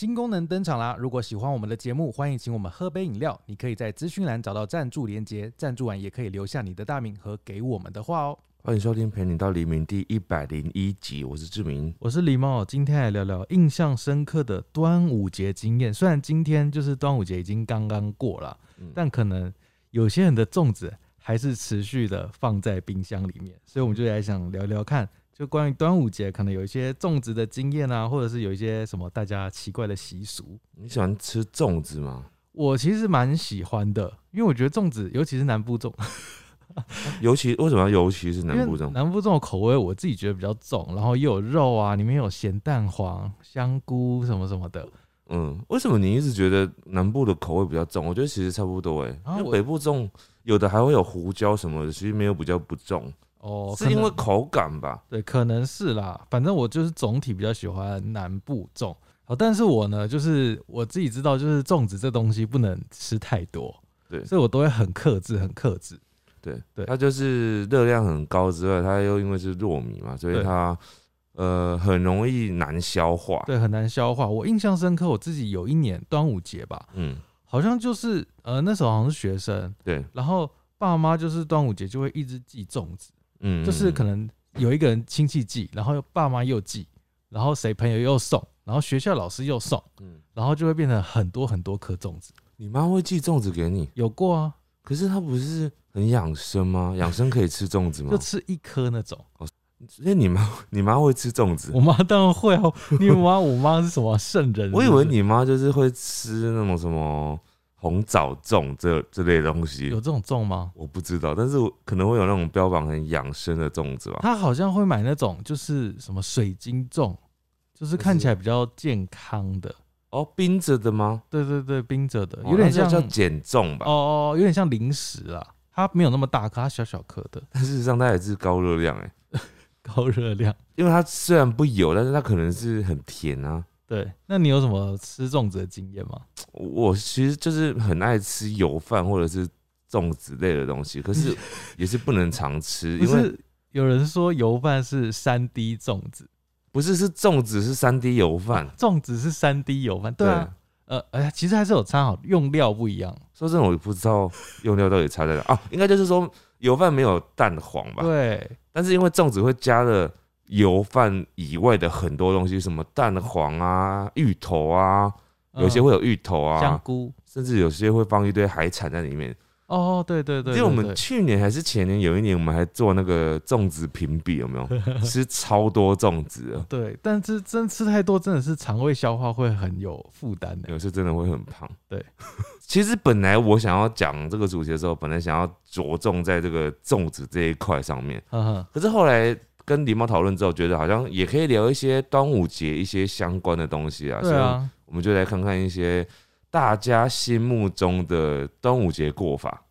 新功能登场啦！如果喜欢我们的节目，欢迎请我们喝杯饮料。你可以在资讯栏找到赞助连结，赞助完也可以留下你的大名和给我们的话哦。 欢迎收听《陪你到黎明》第101集，我是志明， 我是狸猫。今天来聊聊印象深刻的端午节经验。虽然今天就是端午节已经刚刚过了，但可能有些人的粽子还是持续的放在冰箱里面，所以我们就来想聊聊看。就关于端午节，可能有一些粽子的经验啊，或者是有一些什么大家奇怪的习俗。 你喜欢吃粽子吗？ 我其实蛮喜欢的，因为我觉得粽子，尤其是南部粽， 为什么要尤其是南部粽？ 南部粽的口味我自己觉得比较重，然后又有肉啊，里面有咸蛋黄、香菇什么什么的。 为什么你一直觉得南部的口味比较重？我觉得其实差不多因为北部粽有的还会有胡椒什么的，其实没有比较不重。是因为口感吧？ 对，可能是啦。反正我就是总体比较喜欢南部粽。好，但是我呢，就是我自己知道，就是粽子这东西不能吃太多， 对， 所以我都会很克制，很克制。 对，它就是热量很高之外，它又因为是糯米嘛，所以它很容易难消化。 对，很难消化。我印象深刻，我自己有一年端午节吧，好像就是那时候好像是学生， 对， 然后爸妈就是端午节就会一直寄粽子。就是可能有一个人亲戚寄，然后爸妈又寄，然后谁朋友又送，然后学校老师又送，然后就会变成很多很多颗粽子。 你妈会寄粽子给你？ 有过啊， 可是她不是很养生吗？养生可以吃粽子吗？ 就吃一颗那种。 所以你妈会吃粽子？ 我妈当然会啊，我妈是什么圣人是不是？ 我以为你妈就是会吃那种什么红枣粽这类的东西。 有这种粽吗？ 我不知道，但是可能会有那种标榜很养生的粽子吧。 她好像会买那种就是什么水晶粽，就是看起来比较健康的。 冰着的吗？ 对对对，冰着的，有点像叫减重吧。 有点像零食啦。它没有那么大颗，它小小颗的。 但事实上它也是高热量高热量， 因为它虽然不油，但是它可能是很甜啊。 对，那你有什么吃粽子的经验吗？ 我其实就是很爱吃油饭或者是粽子类的东西，可是也是不能常吃，因为有人说油饭是3D 粽子， 不是粽子是3D 油饭， 粽子是3D 油饭，对啊，其实还是有差好，用料不一样。 说真的，我不知道用料到底差在哪应该就是说油饭没有蛋黄吧？ 对，但是因为粽子会加了油饭以外的很多东西，什么蛋黄啊、芋头啊，有些会有芋头啊、 香菇，甚至有些会放一堆海产在里面。 对对对， 因为我们去年还是前年有一年，我们还做那个粽子评比，有没有？吃超多粽子对，但是真吃太多，真的是肠胃消化会很有负担的， 有时真的会很胖。 对， 其实本来我想要讲这个主题的时候，本来想要着重在这个粽子这一块上面，可是后来跟狸猫讨论之后，觉得好像也可以聊一些端午节一些相关的东西啊，所以我们就来看看一些大家心目中的端午节过法。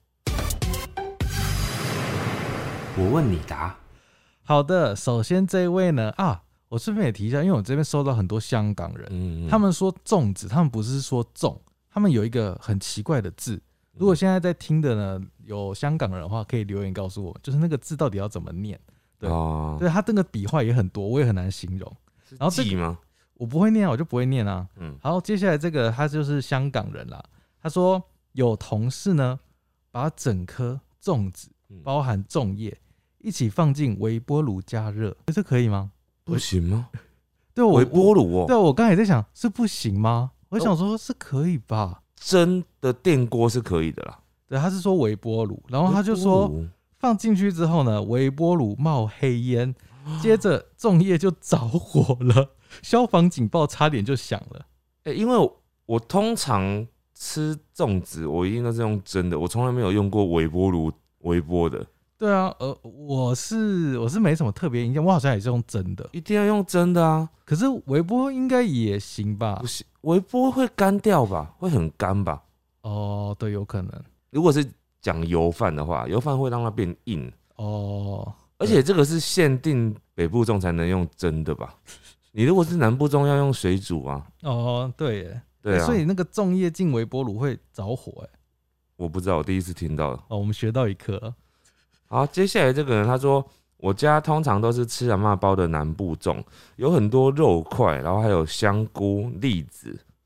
我问你答。 好的，首先这一位呢我顺便也提一下，因为我这边收到很多香港人，他们说粽子，他们不是说粽，他们有一个很奇怪的字。如果现在在听的呢有香港人的话，可以留言告诉我，就是那个字到底要怎么念。对，他这个笔画也很多，我也很难形容。然后记吗？ 我不会念我就不会念啊。好，接下来这个他就是香港人啦。他说有同事呢，把整颗粽子包含粽叶一起放进微波炉加热，这可以吗？ 不行吗？ 对， 微波炉对，我刚才也在想是不行吗？我想说是可以吧， 蒸的电锅是可以的啦。 对，他是说微波炉，然后他就说放进去之后呢，微波炉冒黑烟，接着粽叶就着火了，消防警报差点就响了。 因为我通常吃粽子，我一定都是用蒸的，我从来没有用过微波炉微波的。 对啊，我是没什么特别印象，我好像也是用蒸的。 一定要用蒸的啊？ 可是微波应该也行吧？ 不行，微波会干掉吧？会很干吧？ 对，有可能。 如果是讲油饭的话，油饭会让它变硬。而且这个是限定北部粽才能用蒸的吧？你如果是南部粽要用水煮啊。 对耶， 对啊， 所以那个粽叶进微波炉会着火我不知道，我第一次听到。 我们学到一课。 好，接下来这个人他说，我家通常都是吃阿嬷包的南部粽，有很多肉块，然后还有香菇、栗子，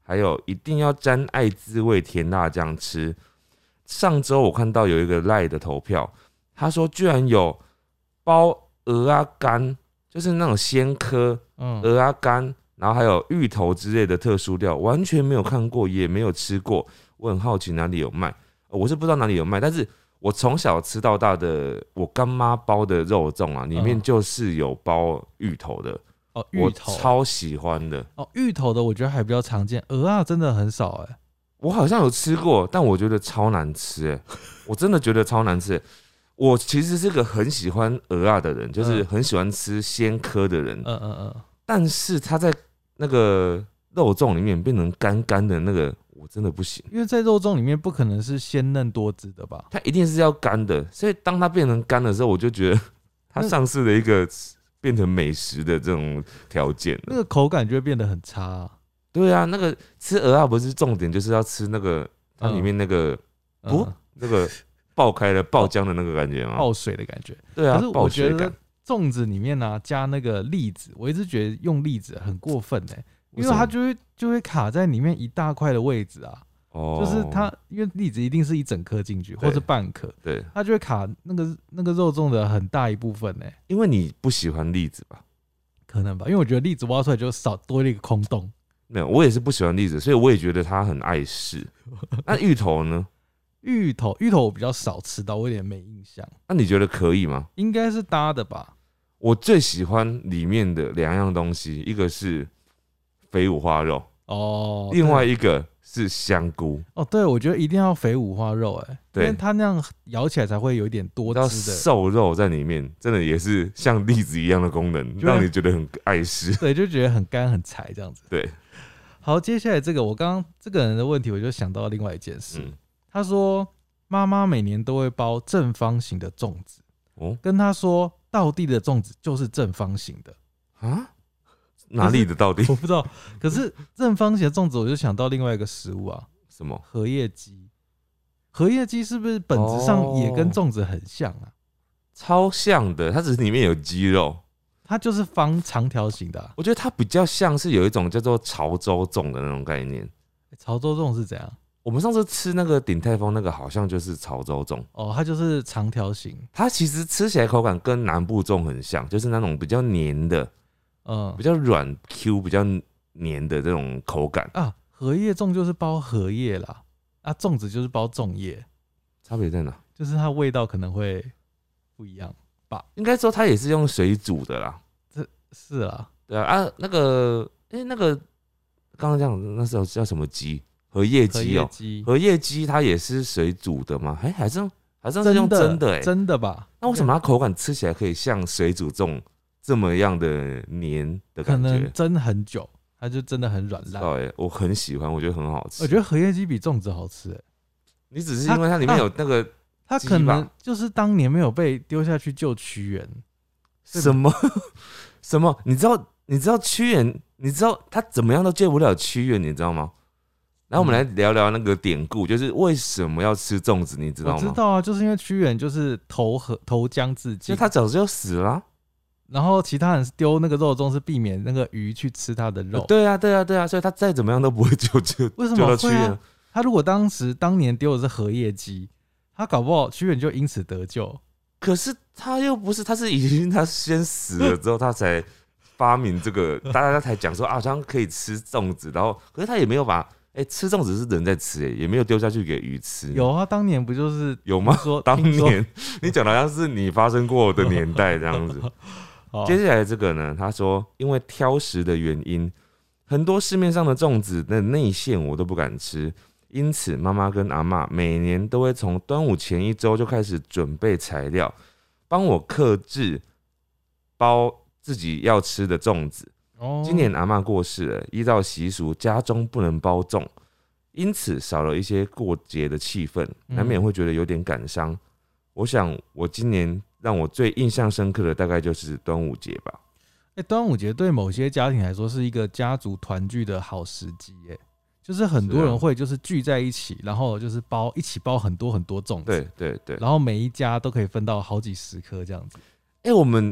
还有一定要沾爱滋味甜辣酱吃。上周我看到有一个赖的投票，他说居然有包蚵仔干，就是那种鲜科蚵仔干，然后还有芋头之类的特殊料，完全没有看过，也没有吃过。我很好奇哪里有卖，我是不知道哪里有卖，但是我从小吃到大的我干妈包的肉粽啊，里面就是有包芋头的。芋头我超喜欢的。 芋头的我觉得还比较常见，蚵仔真的很少我好像有吃过，但我觉得超难吃我真的觉得超难吃我其实是个很喜欢蚵仔的人，就是很喜欢吃鲜科的人。但是它在那个肉粽里面变成干干的那个，我真的不行。 因为在肉粽里面不可能是鲜嫩多汁的吧？ 它一定是要干的，所以当它变成干的时候，我就觉得它丧失了一个变成美食的这种条件， 那个口感就会变得很差。 对啊，那个吃蚵仔不是重点，就是要吃那个它里面那个那个爆开了爆浆的那个感觉吗？ 爆水的感觉。 对啊， 可是我觉得粽子里面呢加那个栗子，我一直觉得用栗子很过分因为它就会卡在里面一大块的位置啊。就是它，因为栗子一定是一整颗进去，或是半颗， 对， 它就会卡那个肉粽的很大一部分因为你不喜欢栗子吧？ 可能吧，因为我觉得栗子挖出来就少多了一个空洞。 没有，我也是不喜欢栗子，所以我也觉得它很碍事。那芋头呢？ 芋头我比较少吃到，我有点没印象。 那你觉得可以吗？ 应该是搭的吧。 我最喜欢里面的2样东西，一个是肥五花肉另外一个是香菇对，我觉得一定要肥五花肉因为它那样咬起来才会有一点多汁的瘦肉在里面，真的也是像栗子一样的功能，让你觉得很碍事。 对，就觉得很干很柴这样子。 对， 好，接下来这个我刚刚这个人的问题，我就想到另外一件事。他说妈妈每年都会包正方形的粽子，跟他说道地的粽子就是正方形的啊。哪里的道地我不知道，可是正方形的粽子我就想到另外一个食物啊， 什么荷叶鸡？荷叶鸡是不是本质上也跟粽子很像啊？ 超像的，它只是里面有鸡肉， 它就是长条形的我觉得它比较像是有一种叫做潮州粽的那种概念。 潮州粽是怎样？ 我们上次吃那个鼎泰丰那个好像就是潮州粽它就是长条形， 它其实吃起来口感跟南部粽很像，就是那种比较黏的。比较软 Q 比较黏的这种口感啊。荷叶粽就是包荷叶啦，粽子就是包粽叶， 差别在哪？ 就是它味道可能会不一样吧。 应该说它也是用水煮的啦。 是啦， 对啊那个刚刚讲那时候叫什么鸡？荷叶鸡荷叶鸡它也是水煮的吗？还是用蒸的真的吧？ 那为什么它口感吃起来可以像水煮粽这么样的黏的感觉？ 可能蒸很久，它就真的很软烂。 我很喜欢，我觉得很好吃。 我觉得荷叶鸡比粽子好吃你只是因为它里面有那个它可能就是当年没有被丢下去救屈原。 什么？你知道屈原？你知道他怎么样都救不了屈原，你知道吗？然后我们来聊聊那个典故，就是为什么要吃粽子，你知道吗？ 我知道啊，就是因为屈原就是投江自尽， 就他早就死了然后其他人丢那个肉粽是避免那个鱼去吃他的肉。 对啊，所以他再怎么样都不会救为什么到屈原。 他如果当年丢的是荷叶鸡，他搞不好屈原就因此得救。 可是他又不是，他是已经他先死了之后，他才发明这个，大家才讲说好像可以吃粽子，然后可是他也没有把吃粽子是人在吃也没有丢下去给鱼吃。 有啊，当年不就是有吗？当年你讲的好像是你发生过的年代这样子。接下来这个呢，他说因为挑食的原因，很多市面上的粽子的内馅我都不敢吃，因此妈妈跟阿嬷每年都会从端午前1周就开始准备材料，帮我客制包自己要吃的粽子。今年阿嬷过世了，依照习俗家中不能包粽，因此少了一些过节的气氛，难免会觉得有点感伤。我想我今年让我最印象深刻的大概就是端午节吧。 端午节对某些家庭来说是一个家族团聚的好时机就是很多人会就是聚在一起，然后就是一起包很多很多粽子， 对， 然后每一家都可以分到好几10颗这样子。 我们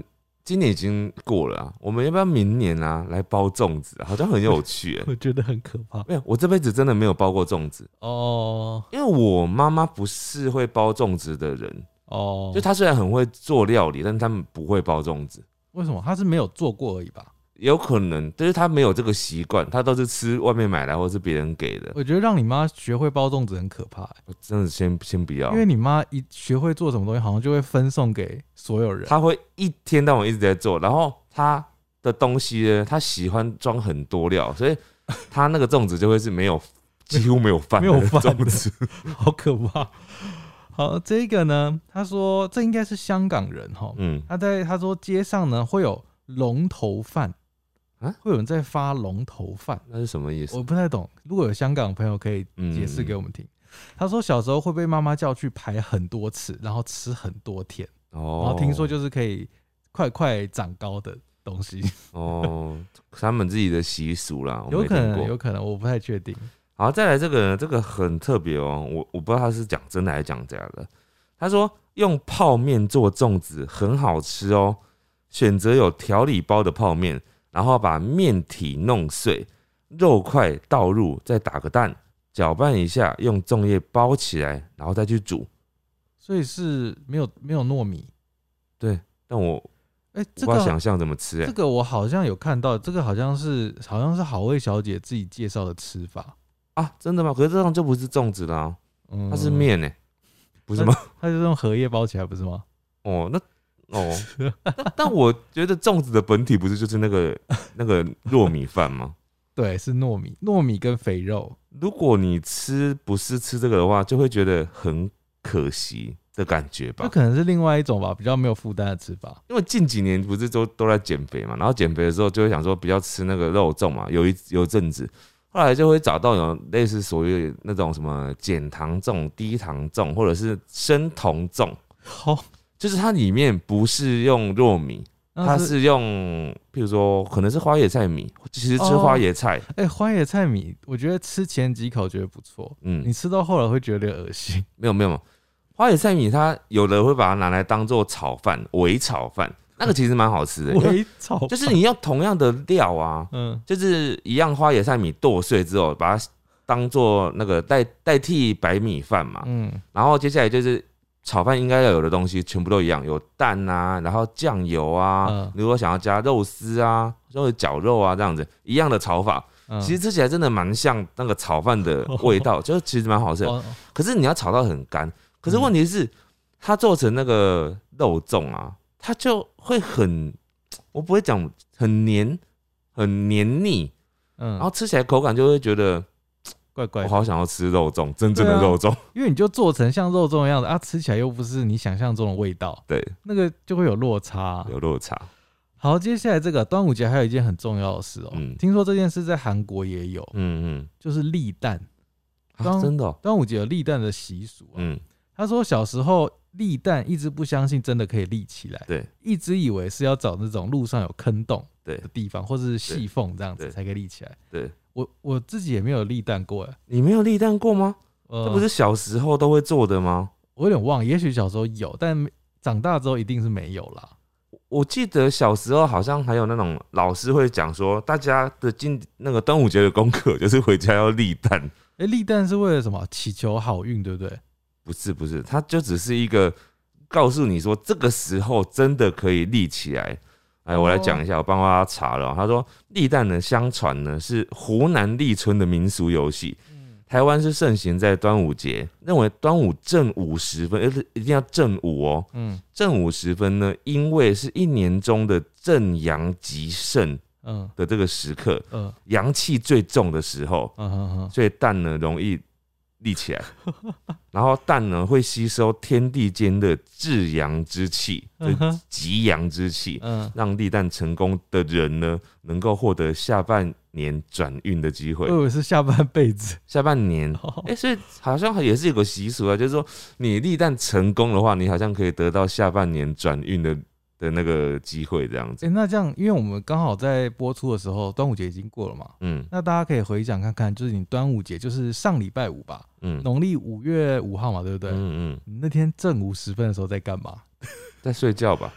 今年已经过了啊，我们要不要明年啊来包粽子啊？好像很有趣我觉得很可怕。 没有，我这辈子真的没有包过粽子哦，因为我妈妈不是会包粽子的人哦，就她虽然很会做料理，但她们不会包粽子。 为什么？她是没有做过而已吧？ 有可能，就是她没有这个习惯，她都是吃外面买来或是别人给的。 我觉得让你妈学会包粽子很可怕我真的先不要， 因为你妈一学会做什么东西，好像就会分送给所有人。 她会一天到晚一直在做，然后她的东西呢，她喜欢装很多料，所以她那个粽子就会是几乎没有饭的粽子， 好可怕。好，这个呢，他说这应该是香港人哈，他说街上呢会有龙头饭。会有人在发龙头饭， 那是什么意思？ 我不太懂。如果有香港朋友可以解释给我们听。他说小时候会被妈妈叫去排很多次，然后吃很多天，然后听说就是可以快快长高的东西。哦， 他们自己的习俗啦， 有可能，我不太确定。 好，再来这个呢，这个很特别哦，我不知道他是讲真的还是讲假的。他说用泡面做粽子很好吃哦，选择有调理包的泡面。然后把面体弄碎，肉块倒入，再打个蛋，搅拌一下，用粽叶包起来，然后再去煮。 所以是没有糯米。 对，但我这个无法想象怎么吃。 这个我好像有看到，这个好像是好味小姐自己介绍的吃法啊，真的吗？可是这样就不是粽子啦，它是面欸，不是吗？ 它就是用荷叶包起来，不是吗？ 哦，但我觉得粽子的本体不是就是那个糯米饭吗？ 对，是糯米跟肥肉。 如果你不是吃这个的话，就会觉得很可惜的感觉吧。 那可能是另外一种吧，比较没有负担的吃法。 因为近几年不是都在减肥嘛，然后减肥的时候就会想说比较吃那个肉粽嘛，有阵子，后来就会找到有类似所谓那种什么减糖粽、低糖粽，或者是生酮粽。好。就是它里面不是用糯米，它是用，譬如说可能是花椰菜米，其实吃花椰菜。 花椰菜米，我觉得吃前几口觉得不错，你吃到后来会觉得有点恶心。 没有，花椰菜米它有的会把它拿来当做炒饭、微炒饭，那个其实蛮好吃的。 微炒就是你用同样的料啊，就是一样花椰菜米剁碎之后，把它当做那个代替白米饭嘛，然后接下来就是。炒饭应该要有的东西全部都一样，有蛋啊，然后酱油啊，如果想要加肉丝啊，或者绞肉啊，这样子一样的炒法，其实吃起来真的蛮像那个炒饭的味道，就其实蛮好吃的。可是你要炒到很干，可是问题是它做成那个肉粽啊，它就会我不会讲很黏腻，然后吃起来口感就会觉得。 怪怪的， 我好想要吃肉粽，真正的肉粽， 因为你就做成像肉粽的样子啊，吃起来又不是你想象中的味道， 对， 那个就会有落差。好，接下来这个端午节还有一件很重要的事哦，听说这件事在韩国也有，就是立蛋， 真的， 端午节有立蛋的习俗啊。他说小时候立蛋一直不相信真的可以立起来， 对， 一直以为是要找那种路上有坑洞的地方，或是细缝这样子才可以立起来， 对。 我自己也没有立蛋过哎， 你没有立蛋过吗？这不是小时候都会做的吗？ 我有点忘，也许小时候有，但长大之后一定是没有啦。 我记得小时候好像还有那种老师会讲说，大家的那个端午节的功课就是回家要立蛋。 立蛋是为了什么？祈求好运，对不对？ 不是，它就只是一个告诉你说，这个时候真的可以立起来。我来讲一下，我帮他查了。他说，立蛋呢，相传呢是湖南立春的民俗游戏。台湾是盛行在端午节，认为端午正午时分，一定要正午哦。正午时分呢，因为是一年中的正阳极盛的这个时刻，阳气最重的时候，所以蛋呢容易立起来，然后蛋呢会吸收天地间的至阳之气，极阳之气，让立蛋成功的人呢，能够获得下半年转运的机会。 我以为是下半辈子， 下半年，所以好像也是有个习俗啊，就是说你立蛋成功的话，你好像可以得到下半年转运的那个机会这样子。 那这样，因为我们刚好在播出的时候，端午节已经过了嘛，那大家可以回想看看，就是你端午节就是上礼拜五吧，农历5月5号嘛，对不对？你那天正午时分的时候在干嘛？ 在睡觉吧。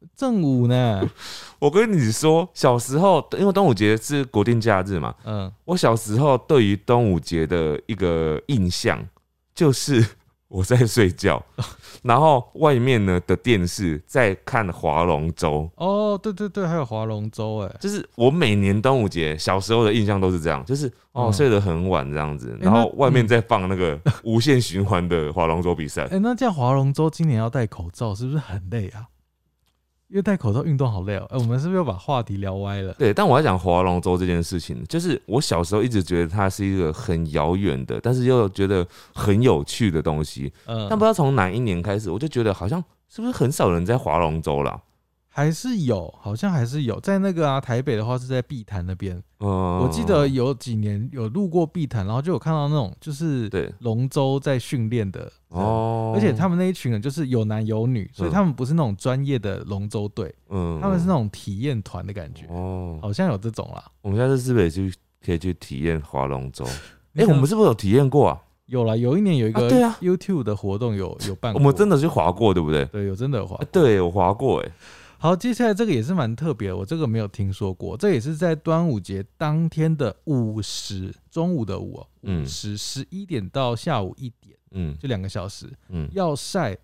正午呢。 我跟你说，小时候因为端午节是国定假日嘛，我小时候对于端午节的一个印象就是我在睡觉，然后外面呢的电视在看划龙舟。 哦，对对对，还有划龙舟哎， 就是我每年端午节小时候的印象都是这样，就是睡得很晚这样子，然后外面在放那个无限循环的划龙舟比赛。 那这样划龙舟今年要戴口罩，是不是很累啊？因为戴口罩运动好累哦。我们是不是又把话题聊歪了？ 对，但我要讲划龙舟这件事情，就是我小时候一直觉得它是一个很遥远的，但是又觉得很有趣的东西。但不知道从哪一年开始，我就觉得好像是不是很少人在划龙舟啦？ 还是有，好像还是有，在那个台北的话是在碧潭那边。我记得有几年有路过碧潭，然后就有看到那种就是龙舟在训练的而且他们那一群人就是有男有女，所以他们不是那种专业的龙舟队，他们是那种体验团的感觉。好像有这种啦。 我们下次是不是也可以去体验划龙舟？我们是不是有体验过啊？ 有啦，有一年有一个 YouTube 的活动有办过， 我们真的去划过，对不对？ 对，有真的有划过。 对，我划过好，接下来这个也是蛮特别的，我这个没有听说过。这也是在端午节当天的午时，中午的午时11点到下午1点，就2个小时，要晒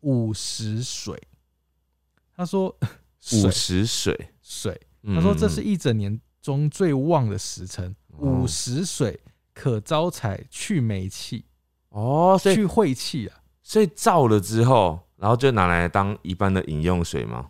50水。他说 50水， 他说这是一整年中最旺的时辰，50水可招财去霉气去晦气啊。 所以照了之后，然后就拿来当一般的饮用水吗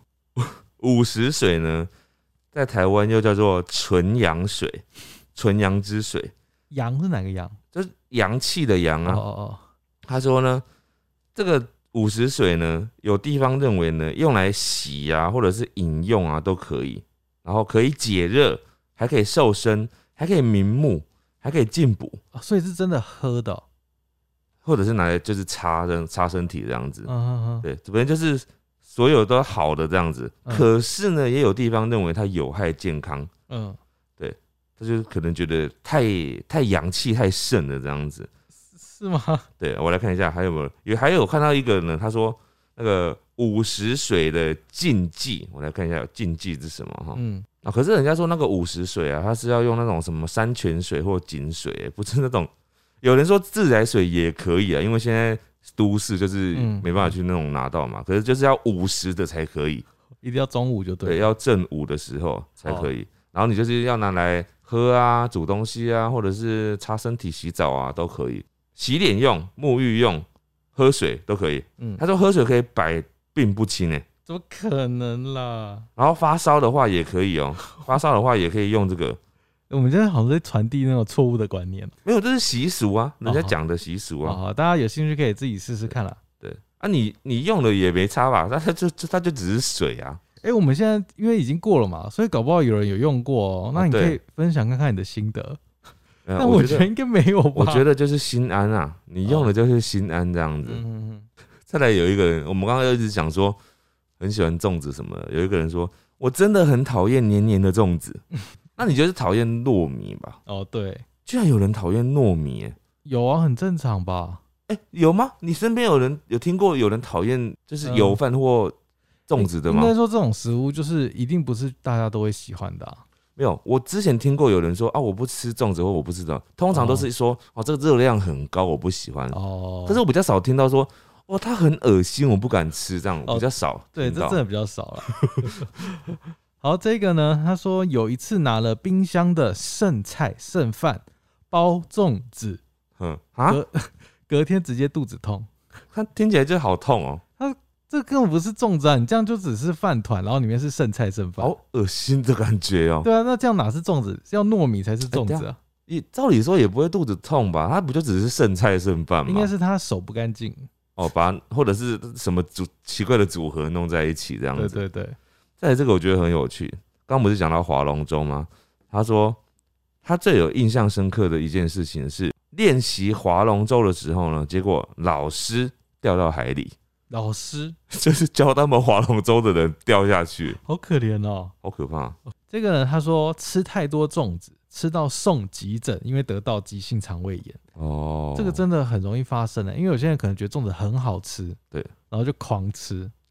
？50水呢，在台湾又叫做纯阳水，纯阳之水。 阳是哪个阳？ 就是阳气的阳啊。他说呢，这个50水呢，有地方认为呢，用来洗啊，或者是饮用啊，都可以。然后可以解热，还可以瘦身，还可以明目，还可以进补。 所以是真的喝的或者是拿来就是擦身体这样子。对，这边就是所有都好的这样子。可是呢，也有地方认为它有害健康。对，他就可能觉得太阳气太盛了这样子。 是吗？ 对，我来看一下还有没有，还有看到一个呢，他说那个50水的禁忌，我来看一下有禁忌是什么哈。可是人家说那个50水啊，它是要用那种什么山泉水或井水，不是那种。有人说自来水也可以啊，因为现在都市就是没办法去那种拿到嘛。可是就是要50的才可以， 一定要中午就对了。 对，要正午的时候才可以。然后你就是要拿来喝啊、煮东西啊，或者是擦身体、洗澡啊都可以。洗脸用、沐浴用、喝水都可以。他说喝水可以百病不侵怎么可能啦？ 然后发烧的话也可以发烧的话也可以用这个。 我们现在好像在传递那种错误的观念。 没有，这是习俗啊，人家讲的习俗啊。 好，大家有兴趣可以自己试试看啦。 对啊，你用了也没差吧？它就只是水啊。 我们现在因为已经过了嘛，所以搞不好有人有用过那你可以分享看看你的心得。但我觉得应该没有吧。 我觉得就是心安啊，你用了就是心安这样子。再来有一个人，我们刚刚一直讲说很喜欢粽子什么的，有一个人说我真的很讨厌黏黏的粽子。那你就是讨厌糯米吧？ 对， 居然有人讨厌糯米有啊，很正常吧？ 有吗？你身边有听过有人讨厌就是油饭或粽子的吗？ 应该说这种食物就是一定不是大家都会喜欢的没有，我之前听过有人说我不吃粽子或我不吃的，通常都是说这个热量很高，我不喜欢。可是我比较少听到说它很恶心，我不敢吃这样，比较少。 对，这真的比较少了。好，这个呢，他说有一次拿了冰箱的剩菜剩饭包粽子，隔天直接肚子痛。 他听起来就好痛这根本不是粽子啊，你这样就只是饭团，然后里面是剩菜剩饭， 好恶心的感觉对啊，那这样哪是粽子？要糯米才是粽子啊。 照理说也不会肚子痛吧？他不就只是剩菜剩饭吗？ 应该是他手不干净或者是什么奇怪的组合弄在一起这样子。 对对对。 再来这个我觉得很有趣，刚不是讲到划龙舟吗？他说他最有印象深刻的一件事情是练习划龙舟的时候呢，结果老师掉到海里。 老师就是教他们划龙舟的人掉下去， 好可怜哦， 好可怕。 这个人他说吃太多粽子，吃到送急诊，因为得到急性肠胃炎。 哦， 这个真的很容易发生因为有些人可能觉得粽子很好吃， 对， 然后就狂吃。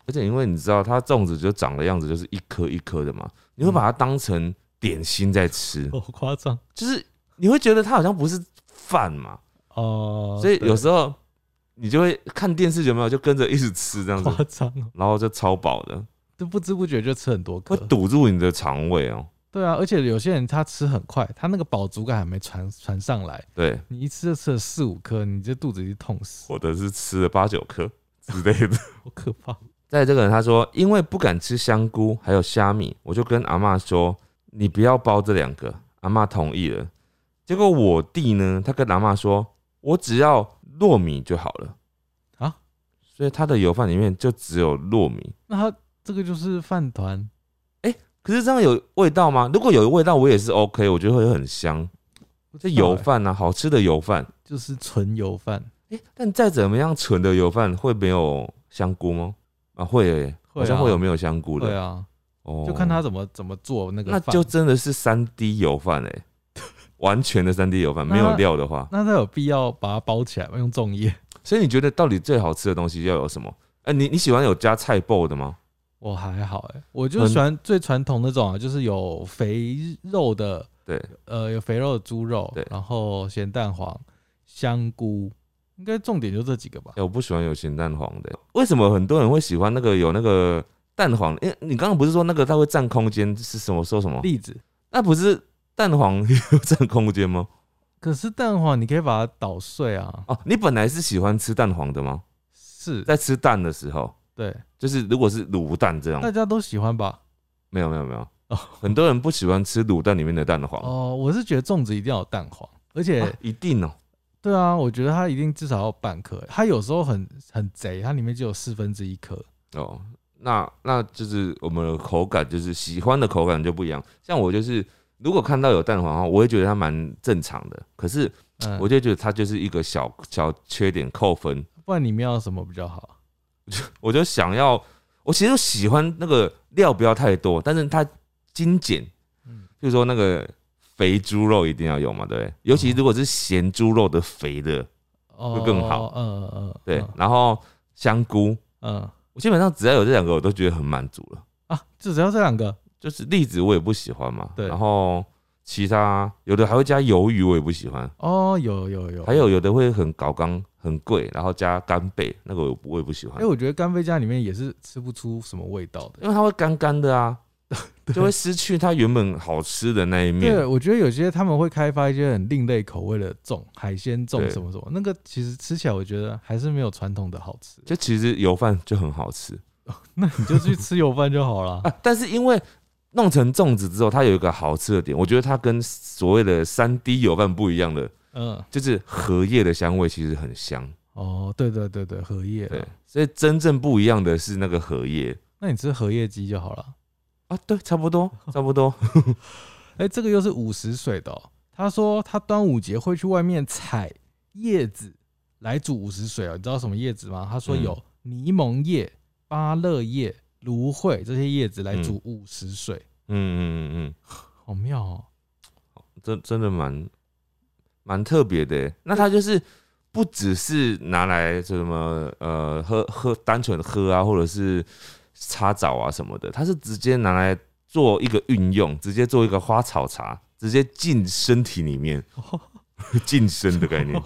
而且因为你知道它粽子就长的样子就是一颗一颗的嘛，你会把它当成点心在吃， 好夸张， 就是你会觉得它好像不是饭嘛，所以有时候你就会看电视有没有就跟着一直吃这样子， 夸张， 然后就超饱的， 就不知不觉就吃很多颗， 会堵住你的肠胃哦。 对啊，而且有些人他吃很快，他那个饱足感还没传上来， 对， 你一吃就吃了4、5颗，你这肚子就痛死， 或者是吃了8、9颗之类的， 好可怕。 在这个人他说，因为不敢吃香菇还有虾米，我就跟阿嬷说，你不要包这2个，阿嬷同意了。结果我弟呢，他跟阿嬷说，我只要糯米就好了啊，所以他的油饭里面就只有糯米。 那他这个就是饭团。 可是这样有味道吗？如果有味道，我也是 OK， 我觉得会很香。这油饭啊，好吃的油饭就是纯油饭。 但再怎么样纯的油饭会没有香菇吗？啊，会好像会有没有香菇的。 对啊，就看他怎么做那个饭。 那就真的是3D 油饭完全的3D 油饭，没有料的话， 那他有必要把它包起来吗？用粽叶？ 所以你觉得到底最好吃的东西要有什么？你喜欢有加菜爆的吗？ 我还好我就喜欢最传统那种啊，就是有肥肉的， 对， 有肥肉的猪肉， 对， 然后咸蛋黄、香菇，应该重点就这几个吧。 我不喜欢有咸蛋黄的，为什么很多人会喜欢那个有那个蛋黄？因为你刚刚不是说那个它会占空间，是什么说什么？ 栗子？ 那不是蛋黄有占空间吗？ 可是蛋黄你可以把它捣碎啊。 哦，你本来是喜欢吃蛋黄的吗？ 是在吃蛋的时候。 对， 就是如果是卤蛋这样， 大家都喜欢吧？ 没有，很多人不喜欢吃卤蛋里面的蛋黄。 我是觉得粽子一定要有蛋黄，而且一定哦。 对啊，我觉得它一定至少要半颗，它有时候很贼，它里面就有1/4颗。 哦，那就是我们的口感，就是喜欢的口感就不一样。像我就是，如果看到有蛋黄的话，我会觉得它蛮正常的。可是我就觉得它就是一个小缺点扣分。 不然里面要什么比较好？ 我就想要，我其实喜欢那个料不要太多，但是它精简。譬如说那个肥猪肉一定要有嘛，对不对？尤其如果是咸猪肉的肥的，会更好。对，然后香菇，我基本上只要有这2个，我都觉得很满足了啊。就只要这2个， 就是栗子我也不喜欢嘛， 对， 然后其他有的还会加鱿鱼，我也不喜欢。 有， 还有的会很高刚很贵，然后加干贝，那个我也不喜欢。 我觉得干贝加里面也是吃不出什么味道的， 因为它会干干的啊，就会失去它原本好吃的那一面。 对，我觉得有些他们会开发一些很另类口味的粽，海鲜粽什么什么，那个其实吃起来我觉得还是没有传统的好吃。 就其实油饭就很好吃， 那你就去吃油饭就好了。 但是因为弄成粽子之后，它有一个好吃的点，我觉得它跟所谓的3D 油饭不一样的，就是荷叶的香味其实很香。 对，荷叶。 对，所以真正不一样的是那个荷叶。 那你吃荷叶鸡就好了。 啊，对，差不多。 这个又是50水的他说他端午节会去外面采叶子来煮50水你知道什么叶子吗？他说有柠檬叶、芭乐叶、芦荟这些叶子来煮50水。好妙哦， 真的蛮特别的。那它就是不只是拿来什么喝单纯喝啊，或者是擦澡啊什么的，它是直接拿来做一个运用，直接做一个花草茶，直接进身体里面，晋升的概念。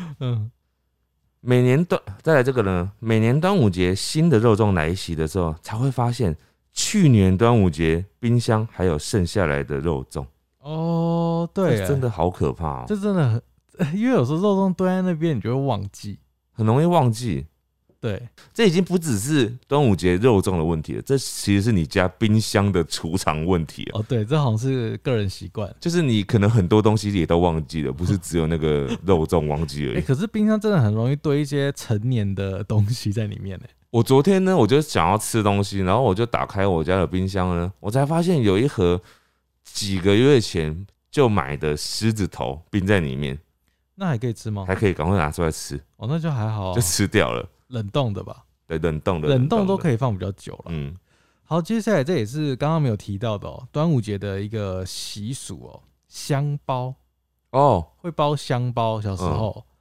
再来这个呢，每年端午节新的肉粽来袭的时候，才会发现去年端午节冰箱还有剩下来的肉粽。 对， 真的好可怕这真的很，因为有时候肉粽堆在那边，你就会忘记， 很容易忘记。 对， 这已经不只是端午节肉粽的问题了，这其实是你家冰箱的储藏问题了。 对，这好像是个人习惯， 就是你可能很多东西也都忘记了，不是只有那个肉粽忘记而已。 可是冰箱真的很容易堆一些成年的东西在里面。 我昨天呢，我就想要吃东西，然后我就打开我家的冰箱呢，我才发现有一盒几个月前就买的狮子头冰在里面。 那还可以吃吗？ 还可以，赶快拿出来吃。 那就还好， 就吃掉了。 冷冻的吧？ 对，冷冻都可以放比较久了。好，接下来这也是刚刚没有提到的端午节的一个习俗香包。会包香包，小时候。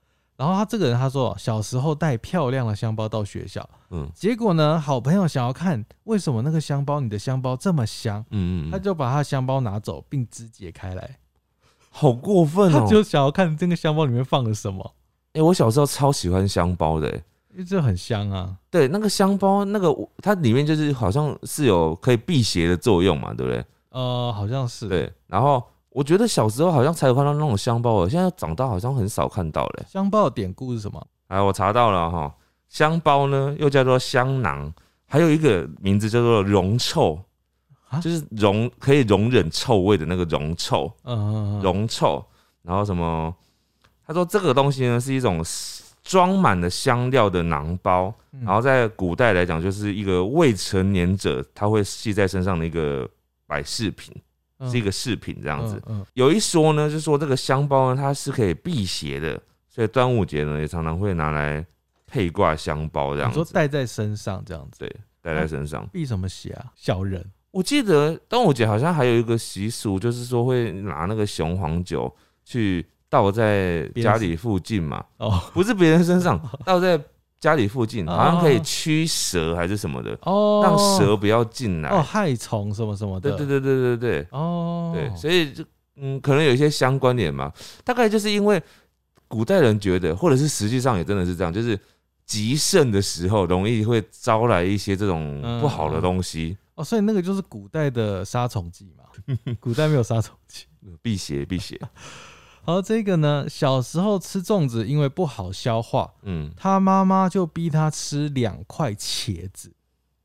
然后他这个人他说小时候带漂亮的香包到学校，结果呢好朋友想要看为什么那个香包你的香包这么香，他就把他的香包拿走并肢解开来， 好过分哦！ 他就想要看这个香包里面放了什么。 我小时候超喜欢香包的， 因为这很香啊。 对，那个香包那个它里面就是好像是有可以辟邪的作用嘛，对不对？ 好像是。 对，然后我觉得小时候好像才有看到那种香包，现在长大好像很少看到了。 香包的典故是什么？ 我查到了哈，香包呢又叫做香囊，还有一个名字叫做容臭，就是可以容忍臭味的那个容臭，容臭。然后什么？他说这个东西呢是一种装满了香料的囊包，然后在古代来讲就是一个未成年者他会系在身上的一个摆饰品。是一个饰品这样子，有一说呢，就是说这个香包呢，它是可以辟邪的，所以端午节呢也常常会拿来配挂香包这样子。 你说戴在身上这样子？ 对，戴在身上。 辟什么邪啊？小人。 我记得端午节好像还有一个习俗，就是说会拿那个雄黄酒去倒在家里附近嘛，不是别人身上，倒在家里附近，好像可以驱蛇还是什么的，让蛇不要进来， 害虫什么什么的。 对，对，所以就可能有一些相关联嘛。大概就是因为古代人觉得，或者是实际上也真的是这样，就是极盛的时候容易会招来一些这种不好的东西。 所以那个就是古代的杀虫剂嘛。古代没有杀虫剂， 辟邪。 好，这个呢，小时候吃粽子因为不好消化，他妈妈就逼他吃2块茄子，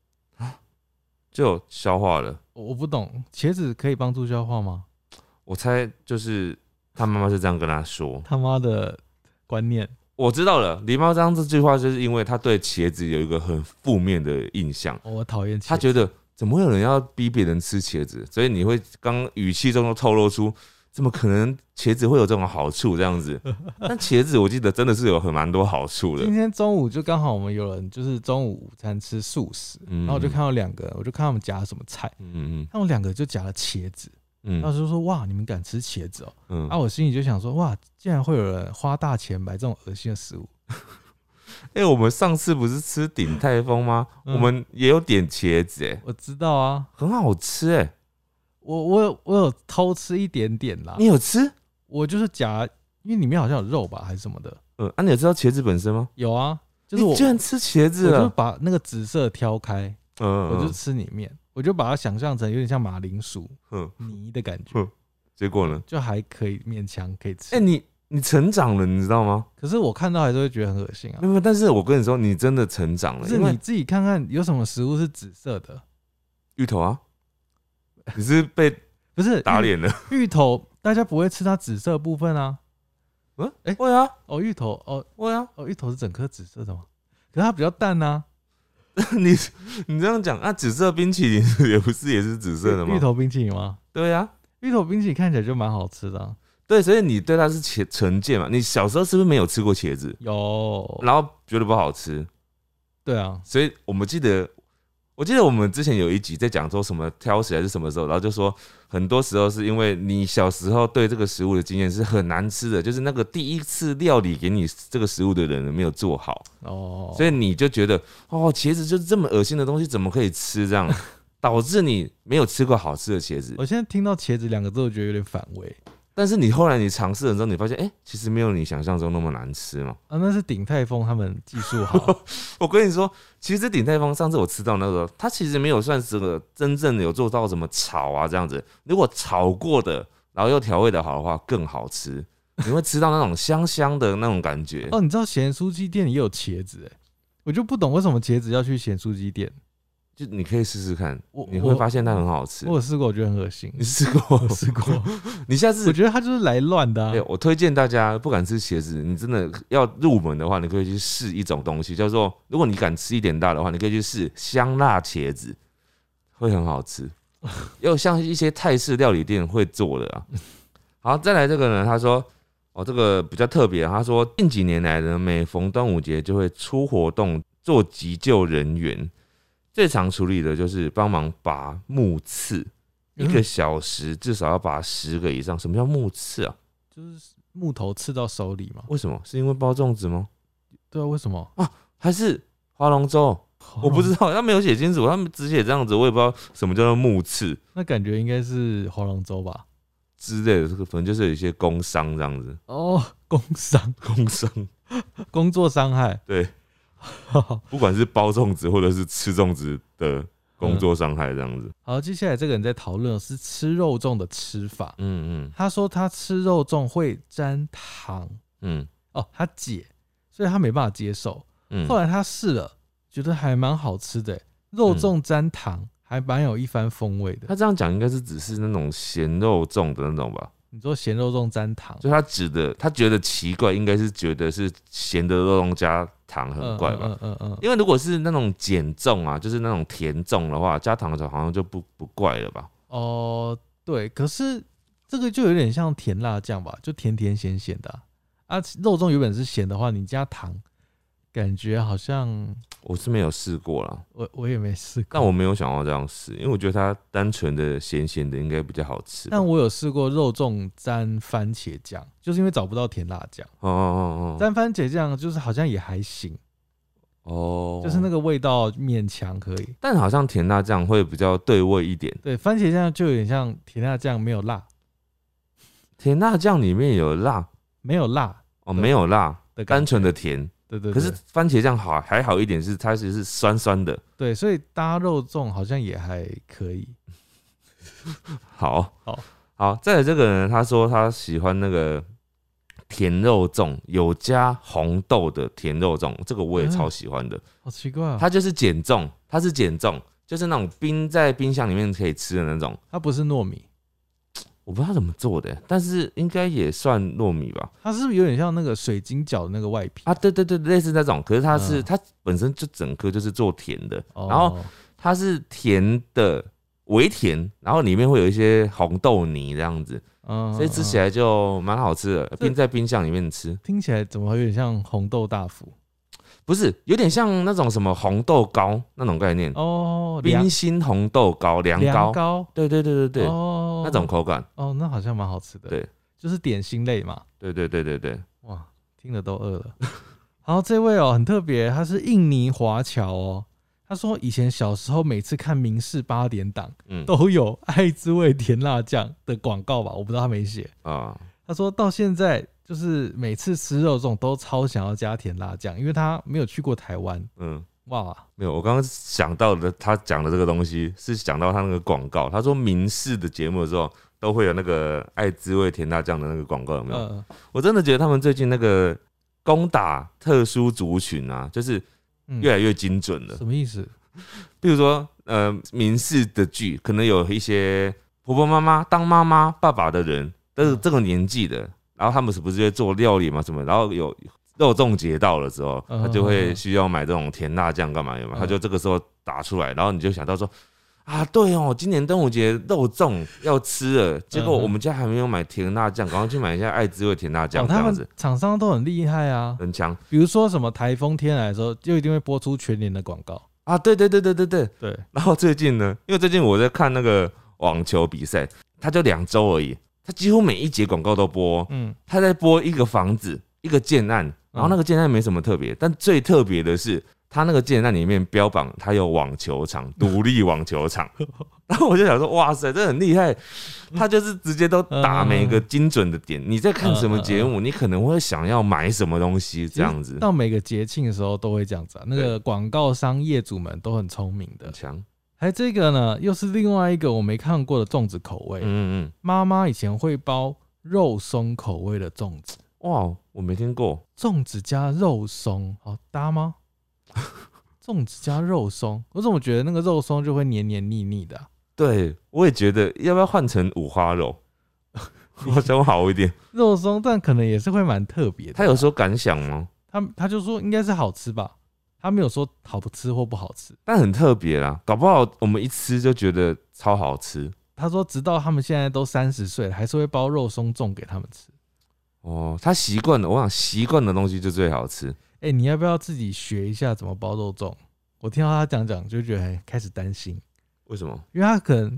就消化了。 我不懂，茄子可以帮助消化吗？ 我猜就是他妈妈是这样跟他说， 他妈的观念。 我知道了，李茂章这句话就是因为他对茄子有一个很负面的印象， 我讨厌茄子， 他觉得怎么会有人要逼别人吃茄子，所以你会刚语气中都透露出。怎么可能茄子会有这种好处这样子？但茄子我记得真的是有蛮多好处的。 今天中午就刚好我们有人就是中午午餐吃素食，然后我就看到2个，我就看他们夹了什么菜，他们2个就夹了茄子，然后就说哇你们敢吃茄子哦，我心里就想说哇竟然会有人花大钱买这种恶心的食物。 我们上次不是吃鼎泰丰吗？我们也有点茄子我知道啊， 很好吃我有偷吃一点点啦。 你有吃？ 我就是夹，因为里面好像有肉吧，还是什么的。 你有知道茄子本身吗？ 有啊，就是我居然吃茄子了， 我就把那个紫色挑开，我就吃里面，我就把它想象成有点像马铃薯泥的感觉。 结果呢？ 就还可以勉强可以吃。 你成长了，你知道吗？ 可是我看到还是会觉得很恶心啊。 没有，但是我跟你说，你真的成长了。 是你自己看看有什么食物是紫色的？ 芋头啊。你是被不是打脸了？ 芋头大家不会吃它紫色的部分啊？ 会啊。 芋头会啊。 芋头是整颗紫色的吗？可是它比较淡啊。 你这样讲啊，紫色冰淇淋也是紫色的吗？ 芋头冰淇淋吗？ 对啊， 芋头冰淇淋看起来就蛮好吃的对，所以你对它是成见嘛？你小时候是不是没有吃过茄子？ 有， 然后觉得不好吃。 对啊， 所以我记得我们之前有一集在讲说什么挑食还是什么时候，然后就说很多时候是因为你小时候对这个食物的经验是很难吃的，就是那个第一次料理给你这个食物的人没有做好所以你就觉得茄子就是这么恶心的东西怎么可以吃，这样导致你没有吃过好吃的茄子。 我现在听到茄子2个字我觉得有点反胃。 但是你后来你尝试了之后，你发现其实没有你想象中那么难吃嘛。 那是鼎泰丰他们技术好。 我跟你说，其实鼎泰丰上次我吃到那个，它其实没有算是个真正的有做到什么炒啊这样子。如果炒过的，然后又调味的好的话，更好吃。你会吃到那种香香的那种感觉。 你知道咸酥鸡店也有茄子我就不懂为什么茄子要去咸酥鸡店。 就你可以试试看，你会发现它很好吃。 我有试过，我觉得很恶心。 你试过？ 我试过。 你下次我觉得它就是来乱的我推荐大家，不敢吃茄子，你真的要入门的话，你可以去试一种东西，叫做如果你敢吃一点大的话，你可以去试香辣茄子，会很好吃。有像一些泰式料理店会做的好，再来这个呢，他说这个比较特别，他说近几年来呢，每逢端午节就会出活动做急救人员。最常处理的就是帮忙拔木刺，1个小时至少要拔10个以上。什么叫木刺啊？ 就是木头刺到手里吗？ 为什么？是因为包粽子吗？ 对啊，为什么啊？还是划龙舟？我不知道，他没有写清楚，他们只写这样子，我也不知道什么叫做木刺。 那感觉应该是划龙舟吧之类的，这个可能就是有一些工伤这样子。 哦，工伤，工作伤害。 对，不管是包粽子或者是吃粽子的工作伤害这样子。 好，接下来这个人在讨论的是吃肉粽的吃法。他说他吃肉粽会沾糖。他姐，所以他没办法接受。后来他试了，觉得还蛮好吃的，肉粽沾糖还蛮有一番风味的。 他这样讲应该是只是那种咸肉粽的那种吧？ 你说咸肉粽沾糖， 就他觉得奇怪，应该是觉得是咸的肉粽加糖很怪吧？因为如果是那种碱粽啊，就是那种甜粽的话，加糖的好像就不怪了吧？ 哦，对，可是这个就有点像甜辣酱吧，就甜甜咸咸的啊。肉粽原本是咸的话，你加糖，感觉好像我是没有试过啦， 我也没试过， 但我没有想要这样试，因为我觉得它单纯的咸咸的应该比较好吃。 但我有试过肉粽沾番茄酱，就是因为找不到甜辣酱。沾番茄酱就是好像也还行。就是那个味道勉强可以， 但好像甜辣酱会比较对味一点。 对，番茄酱就有点像甜辣酱没有辣。 甜辣酱里面有辣？ 没有辣没有辣，单纯的甜。 对。 可是番茄酱还好一点，是它其实是酸酸的。 对，所以搭肉粽好像也还可以。 好，再来这个人，他说他喜欢那个甜肉粽，有加红豆的甜肉粽，这个我也超喜欢的。 好奇怪它就是碱粽，就是那种在冰箱里面可以吃的那种。 它不是糯米， 我不知道怎么做的，但是应该也算糯米吧。 它是不是有点像那个水晶饺的那个外皮啊？对，类似那种。可是它本身就整颗就是做甜的，然后它是甜的微甜，然后里面会有一些红豆泥这样子。所以吃起来就蛮好吃的，在冰箱里面吃。 听起来怎么有点像红豆大福？ 不是，有点像那种什么红豆糕那种概念冰心红豆糕、凉糕，对，那种口感。 那好像蛮好吃的。 对， 就是点心类嘛。 对。 哇，听得都饿了。好，这位很特别，他是印尼华侨他说以前小时候每次看民视8点档，都有爱滋味甜辣酱的广告吧，我不知道他没写啊。他说到现在就是每次吃肉粽都超想要加甜辣酱，因为他没有去过台湾。哇， 没有，我刚刚想到的他讲的这个东西是想到他那个广告，他说民视的节目的时候都会有那个爱滋味甜辣酱的那个广告，有没有？我真的觉得他们最近那个攻打特殊族群啊，就是越来越精准了。 什么意思？ 比如说，民视的剧可能有一些婆婆妈妈、当妈妈、爸爸的人，都是这个年纪的，然后他们是不是会做料理嘛？什么？然后有肉粽节到了之后，他就会需要买这种甜辣酱干嘛？有没有？他就这个时候打出来，然后你就想到说，啊，对哦，今年端午节肉粽要吃了，结果我们家还没有买甜辣酱，赶快去买一下爱滋味甜辣酱。这样子， 厂商都很厉害啊， 很强。 比如说什么台风天来的时候，就一定会播出全年的广告啊。对。然后最近呢，因为最近我在看那个网球比赛，它就2周而已，它几乎每一节广告都播。他在播一个房子，一个建案，然后那个建案没什么特别，但最特别的是，他那个建案里面标榜他有网球场，独立网球场。然后我就想说，哇塞，这很厉害！他就是直接都打每个精准的点。你在看什么节目，你可能会想要买什么东西，这样子。 到每个节庆的时候都会这样子啊。那个广告商业主们都很聪明的， 很强。 还这个呢，又是另外一个我没看过的粽子口味。妈妈以前会包肉松口味的粽子。 哇，我没听过。 粽子加肉松，好搭吗？粽子加肉松，我怎么觉得那个肉松就会黏黏腻腻的啊？ 对，我也觉得，要不要换成五花肉？好像好一点。 肉松，但可能也是会蛮特别的。 他有说感想吗？ 他就说应该是好吃吧，他没有说好不吃或不好吃， 但很特别啦，搞不好我们一吃就觉得超好吃。 他说直到他们现在都30岁了，还是会包肉松粽给他们吃。 他习惯了，我想习惯的东西就最好吃。 你要不要自己学一下怎么包肉粽？我听到他讲就觉得开始担心。 为什么？ 因为他可能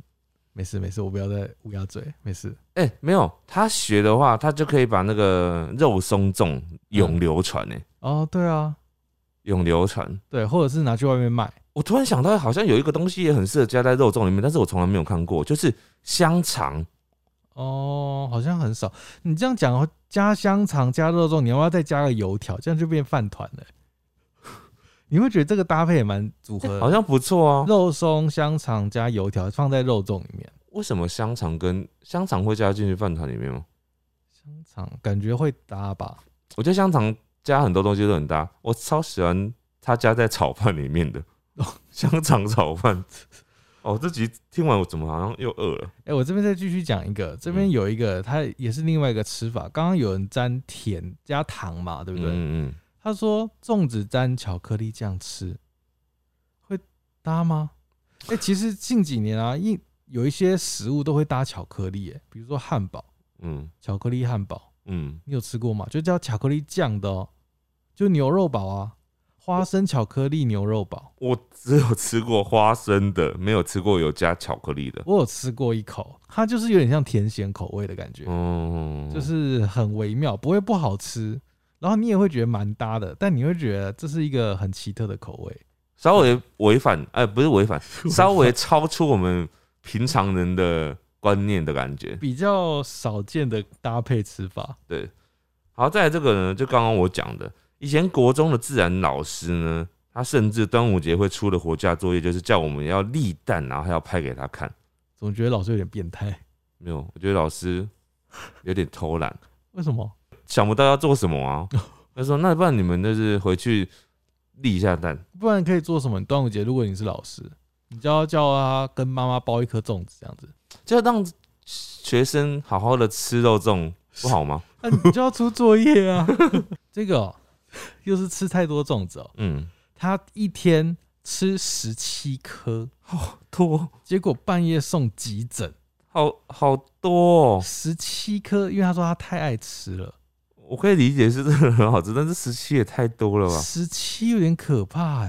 没事没事，我不要再乌鸦嘴，没事。 没有，他学的话，他就可以把那个肉松粽永流传哦，对啊， 永流传， 对，或者是拿去外面卖。 我突然想到，好像有一个东西也很适合加在肉粽里面，但是我从来没有看过，就是香肠。 哦，好像很少。你这样讲，加香肠加肉粽，你要不要再加个油条？这样就变饭团了。你会觉得这个搭配也蛮组合的， 好像不错啊。 肉松、香肠加油条放在肉粽里面。 为什么香肠会加进去饭团里面吗？ 香肠感觉会搭吧？ 我觉得香肠加很多东西都很搭，我超喜欢它加在炒饭里面的香肠炒饭。这集听完我怎么好像又饿了？ 我这边再继续讲一个，这边有一个，它也是另外一个吃法。刚刚有人沾甜加糖嘛，对不对？他说粽子沾巧克力酱吃会搭吗？其实近几年啊，有一些食物都会搭巧克力，比如说汉堡，巧克力汉堡，你有吃过吗？就叫巧克力酱的哦，就牛肉堡啊，花生巧克力牛肉堡。 我只有吃过花生的，没有吃过有加巧克力的。 我有吃过一口，它就是有点像甜咸口味的感觉，就是很微妙，不会不好吃。然后你也会觉得蛮搭的，但你会觉得这是一个很奇特的口味， 稍微违反，不是违反，稍微超出我们平常人的观念的感觉， 比较少见的搭配吃法。 对，好，再来这个呢，就刚刚我讲的，以前国中的自然老师呢，他甚至端午节会出的活假作业，就是叫我们要立蛋，然后还要拍给他看。 总觉得老师有点变态。 没有，我觉得老师有点偷懒。 为什么？ 想不到要做什么啊？他说：“那不然你们就是回去立一下蛋， 不然可以做什么？端午节如果你是老师，你就要叫他跟妈妈包一颗粽子，这样子， 就让学生好好的吃肉粽，不好吗？ 那你就要出作业啊。这个又是吃太多粽子哦。他一天吃17颗， 好多， 结果半夜送急诊， 好多哦 ，17颗，因为他说他太爱吃了。” 我可以理解是真的很好吃，但是17也太多了吧 ？17有点可怕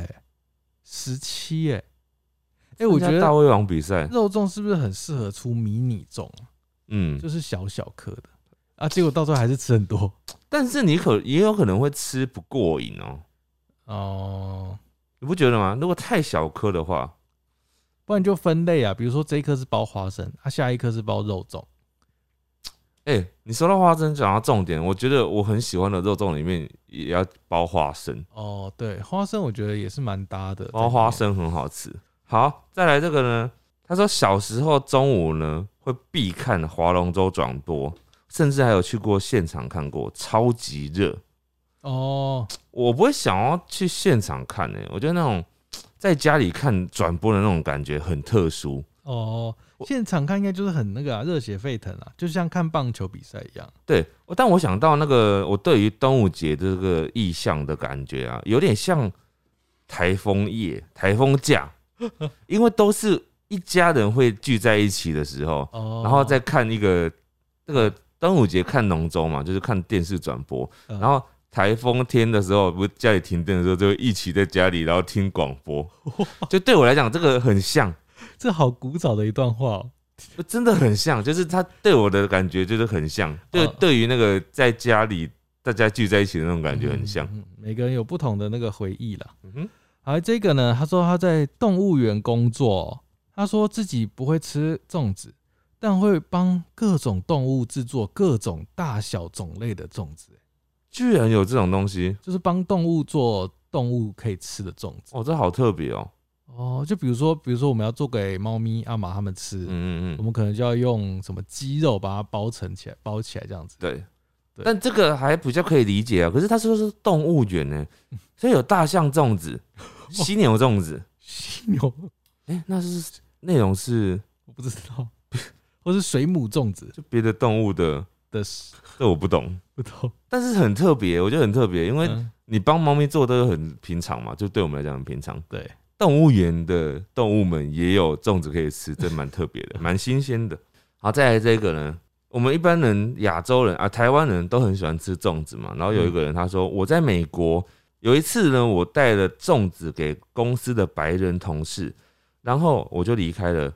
17我觉得大胃王比赛肉粽是不是很适合出迷你粽？就是小小颗的啊，结果到时候还是吃很多。 但是你也有可能会吃不过瘾哦。你不觉得吗？如果太小颗的话， 不然就分类啊，比如说这一颗是包花生，下一颗是包肉粽。 你说到花生，讲到重点，我觉得我很喜欢的肉粽里面也要包花生。 对，花生我觉得也是蛮搭的， 包花生很好吃。好，再来这个呢，他说小时候中午呢会必看划龙舟转播，甚至还有去过现场看过，超级热。我不会想要去现场看我觉得那种在家里看转播的那种感觉很特殊。 现场看应该就是很那个热血沸腾啊，就像看棒球比赛一样。 对，但我想到那个，我对于端午节这个意象的感觉啊，有点像台风夜、台风假，因为都是一家人会聚在一起的时候，然后再看一个这个端午节看龙舟嘛，就是看电视转播，然后台风天的时候，不是家里停电的时候，就会一起在家里然后听广播，就对我来讲，这个很像。 这好古早的一段话哦， 真的很像，就是他对我的感觉就是很像，对于那个在家里大家聚在一起的那种感觉很像。 每个人有不同的那个回忆啦。好，这个呢，他说他在动物园工作，他说自己不会吃粽子，但会帮各种动物制作各种大小种类的粽子。 居然有这种东西， 就是帮动物做动物可以吃的粽子。 这好特别哦。 就比如说我们要做给猫咪、阿玛他们吃，我们可能就要用什么鸡肉把它包起来这样子。 对，但这个还比较可以理解啊。可是他说是动物园呢，所以有大象粽子、犀牛粽子。 犀牛？ 那是内容是我不知道，或是水母粽子， 就别的动物的，这我不懂，但是很特别，我觉得很特别，因为你帮猫咪做都很平常嘛，就对我们来讲很平常。 对。 动物园的动物们也有粽子可以吃，这蛮特别的，蛮新鲜的。好，再来这个呢，我们一般人、亚洲人台湾人都很喜欢吃粽子嘛。然后有一个人他说，我在美国有一次呢，我带了粽子给公司的白人同事，然后我就离开了，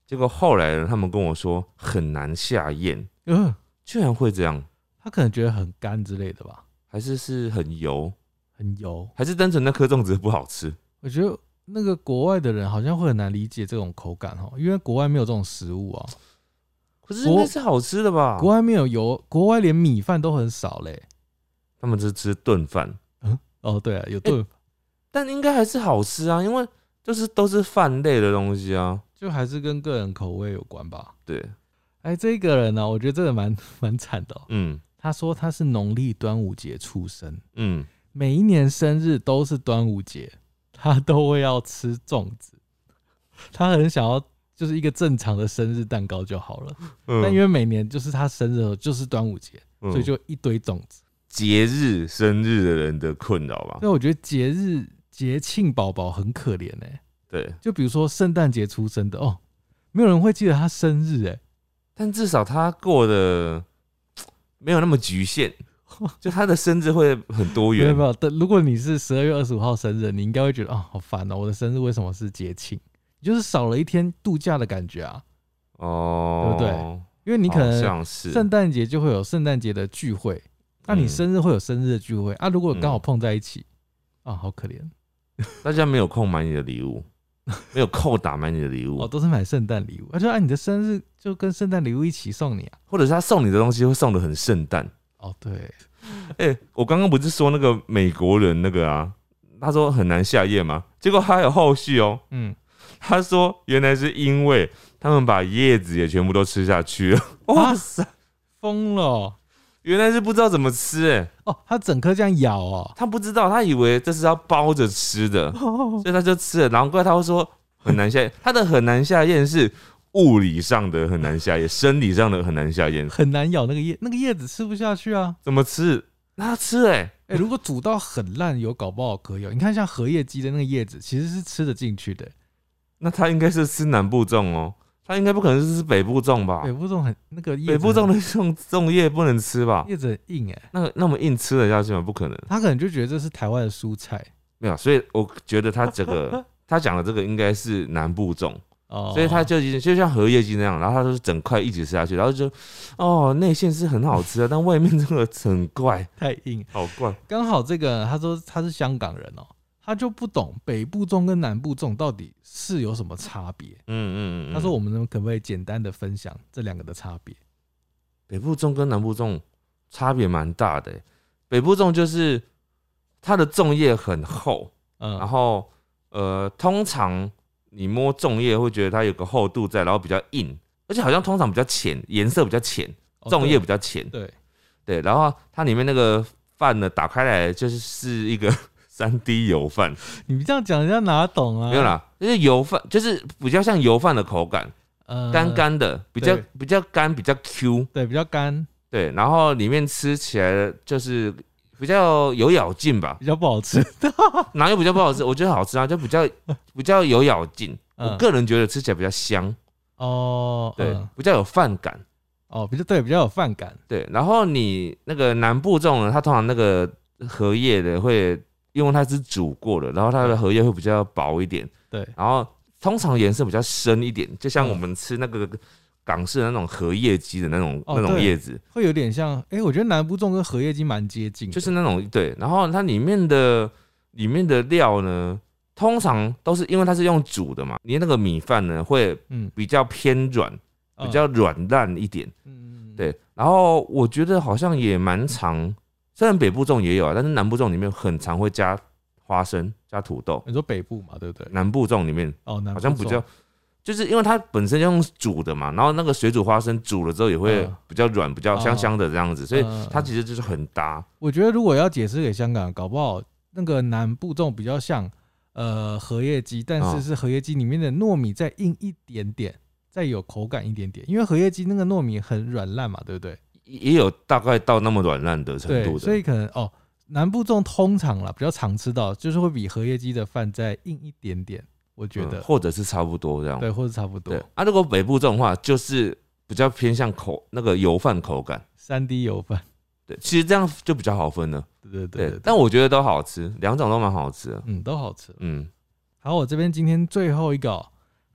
结果后来呢，他们跟我说很难下咽，居然会这样。 他可能觉得很干之类的吧？ 还是很油？ 很油？ 还是单纯那颗粽子不好吃？ 我觉得那个国外的人好像会很难理解这种口感因为国外没有这种食物啊。 可是应该是好吃的吧？ 国外没有油，国外连米饭都很少嘞。 他们是吃炖饭。 对啊，有炖饭， 但应该还是好吃啊，因为就是都是饭类的东西啊， 就还是跟个人口味有关吧。 对。 这个人呢，我觉得真的蛮惨的。他说他是农历端午节出生，每一年生日都是端午节，他都会要吃粽子。他很想要就是一个正常的生日蛋糕就好了，但因为每年就是他生日的时候就是端午节，所以就一堆粽子。 节日生日的人的困扰吧。 所以我觉得节庆宝宝很可怜对， 就比如说圣诞节出生的没有人会记得他生日但至少他过得没有那么局限，就他的生日会很多元。 没有，如果你是12月25号生日，你应该会觉得好烦我的生日为什么是节庆？你就是少了一天度假的感觉啊。对不对？因为你可能圣诞节就会有圣诞节的聚会，那你生日会有生日的聚会如果刚好碰在一起好可怜。 大家没有空买你的礼物。没有扣打买你的礼物都是买圣诞礼物，就你的生日就跟圣诞礼物一起送你或者是他送你的东西会送得很圣诞。 对。 我刚刚不是说那个美国人那个啊，他说很难下咽吗？结果还有后续他说原来是因为他们把叶子也全部都吃下去了。哇塞， 疯了原来是不知道怎么吃他整颗这样咬他不知道，他以为这是要包着吃的，所以他就吃了。难怪他会说很难下咽，他的很难下咽是物理上的很难下咽，生理上的很难下咽， 很难咬那个叶子吃不下去啊。 怎么吃？那他吃如果煮到很烂，有搞不好可以。你看像荷叶鸡的那个叶子，其实是吃得进去的。 那他应该是吃南部粽他应该不可能是吃北部粽吧？ 北部粽很那个叶子北部粽的粽叶不能吃吧？ 叶子很硬那么硬吃得下去吗？不可能。 他可能就觉得这是台湾的蔬菜， 没有，所以我觉得他这个他讲的这个应该是南部粽所以他就像荷叶鸡那样，然后他就是整块一起吃下去，然后就内馅是很好吃但外面这个很怪， 太硬， 好怪。 刚好这个他说他是香港人他就不懂北部粽跟南部粽到底是有什么差别。他说我们可不可以简单的分享这两个的差别？ 北部粽跟南部粽差别蛮大的北部粽就是它的粽叶很厚，然后通常你摸粽叶会觉得它有个厚度在，然后比较硬，而且好像通常比较浅，颜色比较浅，粽叶比较浅。对，然后它里面那个饭呢，打开来就是一个3D 油饭。 你这样讲人家哪懂啊？ 没有啦，就是油饭，就是比较像油饭的口感，干干的，比较干，比较 Q， 对，比较干， 对，然后里面吃起来就是比较有咬劲吧， 比较不好吃。 哪有比较不好吃？我觉得好吃啊，就比较有咬劲。我个人觉得吃起来比较香对，比较有饭感比较有饭感。 对，然后你那个南部粽呢，它通常那个荷叶的会，因为它是煮过的，然后它的荷叶会比较薄一点， 对， 然后通常颜色比较深一点，就像我们吃那个港式的那种荷叶鸡的那种叶子， 会有点像。我觉得南部粽跟荷叶鸡蛮接近的， 就是那种对，然后它里面的料呢，通常都是因为它是用煮的嘛，你那个米饭呢会比较偏软，比较软烂一点，对。然后我觉得好像也蛮常，虽然北部粽也有但是南部粽里面很常会加花生、加土豆。 你说北部嘛，对不对？ 南部粽里面好像比较，就是因为它本身用煮的嘛，然后那个水煮花生煮了之后也会比较软、比较香香的这样子，所以它其实就是很搭。 我觉得如果要解释给香港人，搞不好那个南部粽比较像荷叶鸡，但是是荷叶鸡里面的糯米再硬一点点，再有口感一点点，因为荷叶鸡那个糯米很软烂嘛，对不对？ 也有大概到那么软烂的程度的， 所以可能南部粽通常啦比较常吃到，就是会比荷叶鸡的饭再硬一点点，我觉得， 或者是差不多这样， 对，或者差不多。 对如果北部粽的话，就是比较偏向那个油饭口感 ，3D 油饭。 对，其实这样就比较好分了。 对， 但我觉得都好吃，两种都蛮好吃的。 都好吃。好，我这边今天最后一个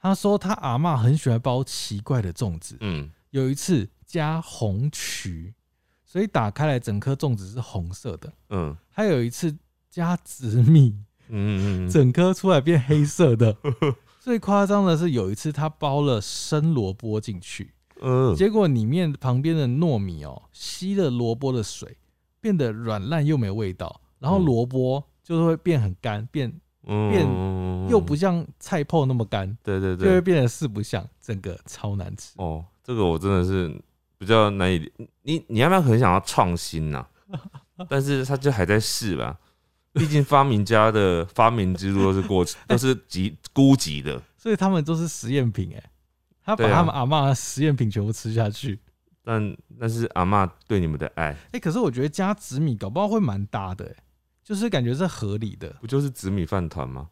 他说他阿嬷很喜欢包奇怪的粽子，有一次加红曲，所以打开来整颗粽子是红色的，还有一次加紫米，整颗出来变黑色的。最夸张的是有一次他包了生萝卜进去，结果里面旁边的糯米吸了萝卜的水，变得软烂又没味道，然后萝卜就会变很干，变又不像菜泡那么干，对，就会变得四不像，整个超难吃。 这个我真的是比较难以，你要不要很想要创新啊？但是他就还在试吧，毕竟发明家的发明之路都是孤寂的， 所以他们都是实验品他把他们阿嬷的实验品全部吃下去。 但是阿嬷对你们的爱， 可是我觉得加紫米搞不好会蛮搭的，就是感觉是合理的。 不就是紫米饭团吗？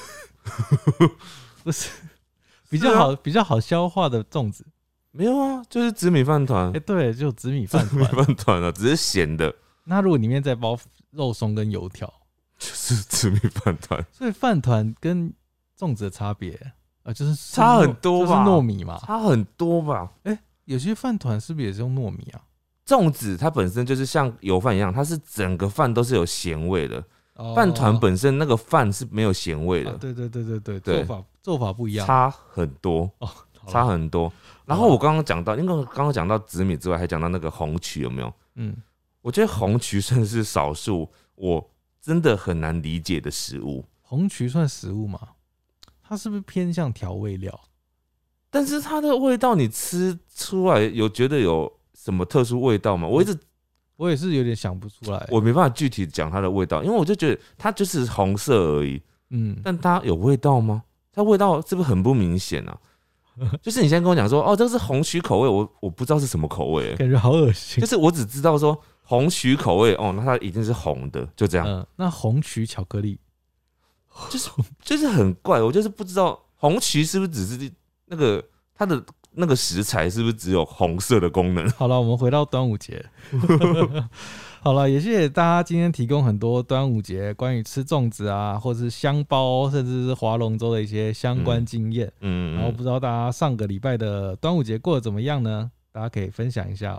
不是，比较好消化的粽子。 没有啊，就是紫米饭团。 对，就紫米饭团。 紫米饭团啊，只是咸的。 那如果里面再包肉松跟油条， 就是紫米饭团。 所以饭团跟粽子的差别就是差很多吧？ 就是糯米嘛， 差很多吧？ 有些饭团是不是也是用糯米啊？ 粽子它本身就是像油饭一样，它是整个饭都是有咸味的。饭团本身那个饭是没有咸味的。 对，做法不一样， 差很多差很多。然后我刚刚讲到，因为刚刚讲到紫米之外，还讲到那个红曲，有没有？我觉得红曲算是少数我真的很难理解的食物。 红曲算食物吗？它是不是偏向调味料？ 但是它的味道你吃出来有觉得有什么特殊味道吗？ 我也是有点想不出来， 我没办法具体讲它的味道，因为我就觉得它就是红色而已。但它有味道吗？它味道是不是很不明显啊？就是你现在跟我讲说，这是红曲口味，我不知道是什么口味， 感觉好恶心。 就是我只知道说红曲口味，那它一定是红的，就这样。 那红曲巧克力， 就是很怪，我就是不知道红曲是不是只是那个它的那个食材是不是只有红色的功能？ 好了，我们回到端午节。好了，也谢谢大家今天提供很多端午节关于吃粽子啊，或者是香包，甚至是划龙舟的一些相关经验。然后不知道大家上个礼拜的端午节过得怎么样呢？大家可以分享一下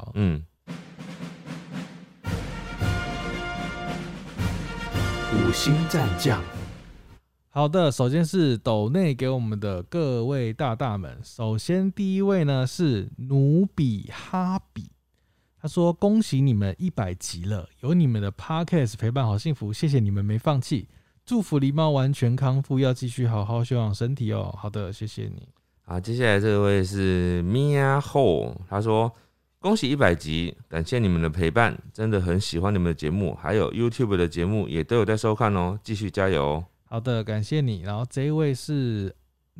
五星战将。 好的，首先是斗内给我们的各位大大们。首先第一位呢是努比哈比，他说恭喜你们100集了，有你们的 podcast 陪伴好幸福，谢谢你们没放弃，祝福狸猫完全康复，要继续好好休养身体哦。好的，谢谢你。 好，接下来这位是 Mia Ho， 他说恭喜100集，感谢你们的陪伴，真的很喜欢你们的节目，还有 YouTube 的节目也都有在收看哦，继续加油哦。 好的，感谢你。然后这一位是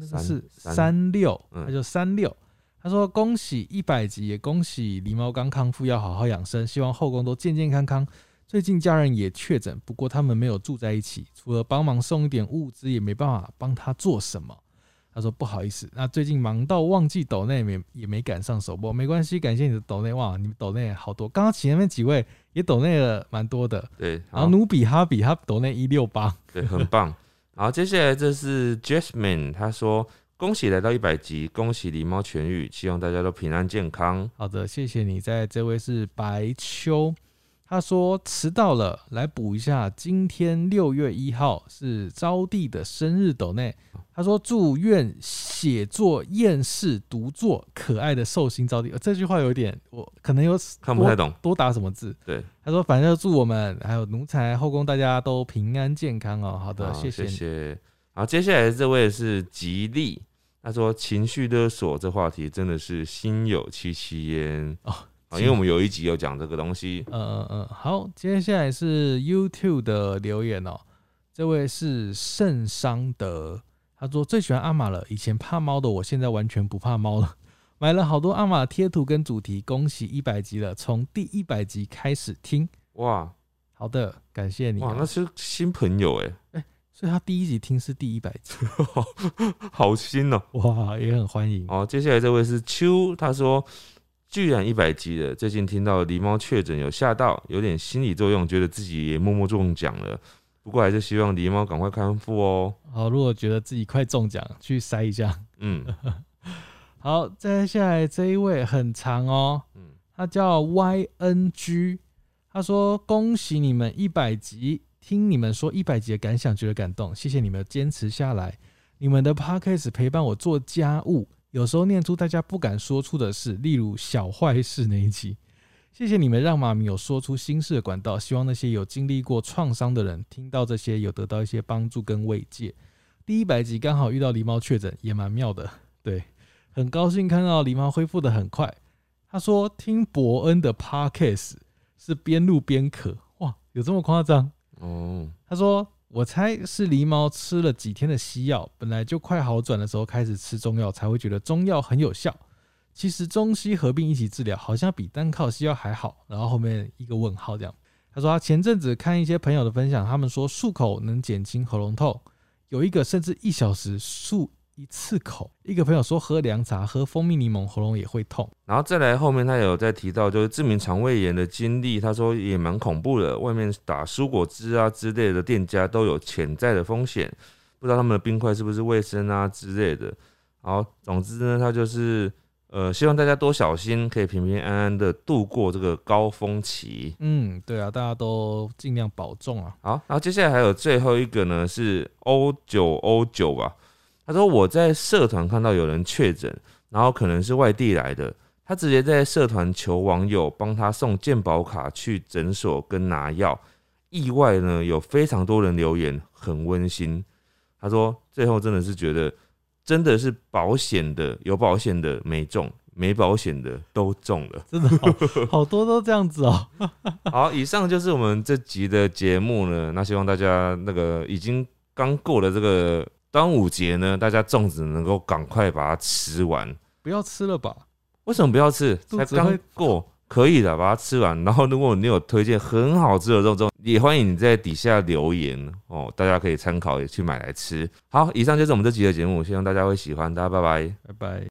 36，他就36。他说恭喜100集，也恭喜狸猫刚康复，要好好养生，希望后宫都健健康康。最近家人也确诊，不过他们没有住在一起，除了帮忙送一点物资，也没办法帮他做什么。他说不好意思，那最近忙到忘记抖内，也没赶上首播，没关系，感谢你的抖内。哇，你们抖内好多，刚刚前面几位也抖内了蛮多的。 对， 然后努比哈比他抖内168， 对，很棒。好，接下来这是 Jasmine， 他说恭喜来到100集，恭喜狸猫痊愈，希望大家都平安健康。 好的，谢谢你。在这位是白秋，他说迟到了，来补一下，今天6月1号是招娣的生日抖内。他说祝愿写作厌世独作可爱的寿星招娣。这句话有点我可能有看不太懂， 多打什么字。 对， 他说反正就祝我们还有奴才后宫大家都平安健康哦。好的，谢谢你。 谢谢。好，接下来这位是吉利，他说情绪勒索这话题真的是心有戚戚焉因为我们有一集有讲这个东西。 好，接下来是 YouTube 的留言哦。这位是圣桑德，他说最喜欢阿玛了，以前怕猫的我现在完全不怕猫了，买了好多阿玛贴图跟主题，恭喜100集了，从第100集开始听。哇，好的，感谢你。 哇，那是新朋友所以他第1集听是第100集， 好新哦。 哇，也很欢迎。 好，接下来这位是秋，他说居然100集了，最近听到狸猫确诊有吓到，有点心理作用，觉得自己也默默中奖了。 不过还是希望狸猫赶快康复哦。 好，如果觉得自己快中奖，去筛一下。好，再下来这一位很长哦，他叫 YNG， 他说恭喜你们100集，听你们说100集的感想，觉得感动，谢谢你们坚持下来，你们的 Podcast 陪伴我做家务，有时候念出大家不敢说出的事，例如小坏事那一集。谢谢你们让妈咪有说出心事的管道，希望那些有经历过创伤的人听到这些有得到一些帮助跟慰藉。第100集刚好遇到狸猫确诊，也蛮妙的。对，很高兴看到狸猫恢复的很快。他说听伯恩的 Podcast 是边录边咳，哇，有这么夸张？他说我猜是狸猫吃了几天的西药，本来就快好转的时候开始吃中药，才会觉得中药很有效。其实中西合并一起治疗，好像比单靠西药还好。然后后面一个问号这样。他说他前阵子看一些朋友的分享，他们说漱口能减轻喉咙痛，有一个甚至1小时漱1次口。一个朋友说喝凉茶、喝蜂蜜柠檬喉咙也会痛。 然后再来后面他有在提到就是致命肠胃炎的经历，他说也蛮恐怖的，外面打蔬果汁啊之类的店家都有潜在的风险，不知道他们的冰块是不是卫生啊之类的。好，总之呢，他就是希望大家多小心，可以平平安安的度过这个高峰期。 对啊，大家都尽量保重啊。 好，然后接下来还有最后一个呢，是O9O9吧。他说我在社团看到有人确诊，然后可能是外地来的，他直接在社团求网友帮他送健保卡去诊所跟拿药。意外呢，有非常多人留言，很温馨。他说最后真的是觉得。真的是保险的有保险的没中，没保险的都中了， 真的 好多都这样子哦。 好，以上就是我们这集的节目呢。那希望大家那个已经刚过了这个端午节呢，大家粽子能够赶快把它吃完。 不要吃了吧？ 为什么不要吃？才刚过。可以的，把它吃完。然后，如果你有推荐很好吃的粽，也欢迎你在底下留言哦，大家可以参考，也去买来吃。好，以上就是我们这集的节目，希望大家会喜欢，大家拜拜， 拜拜。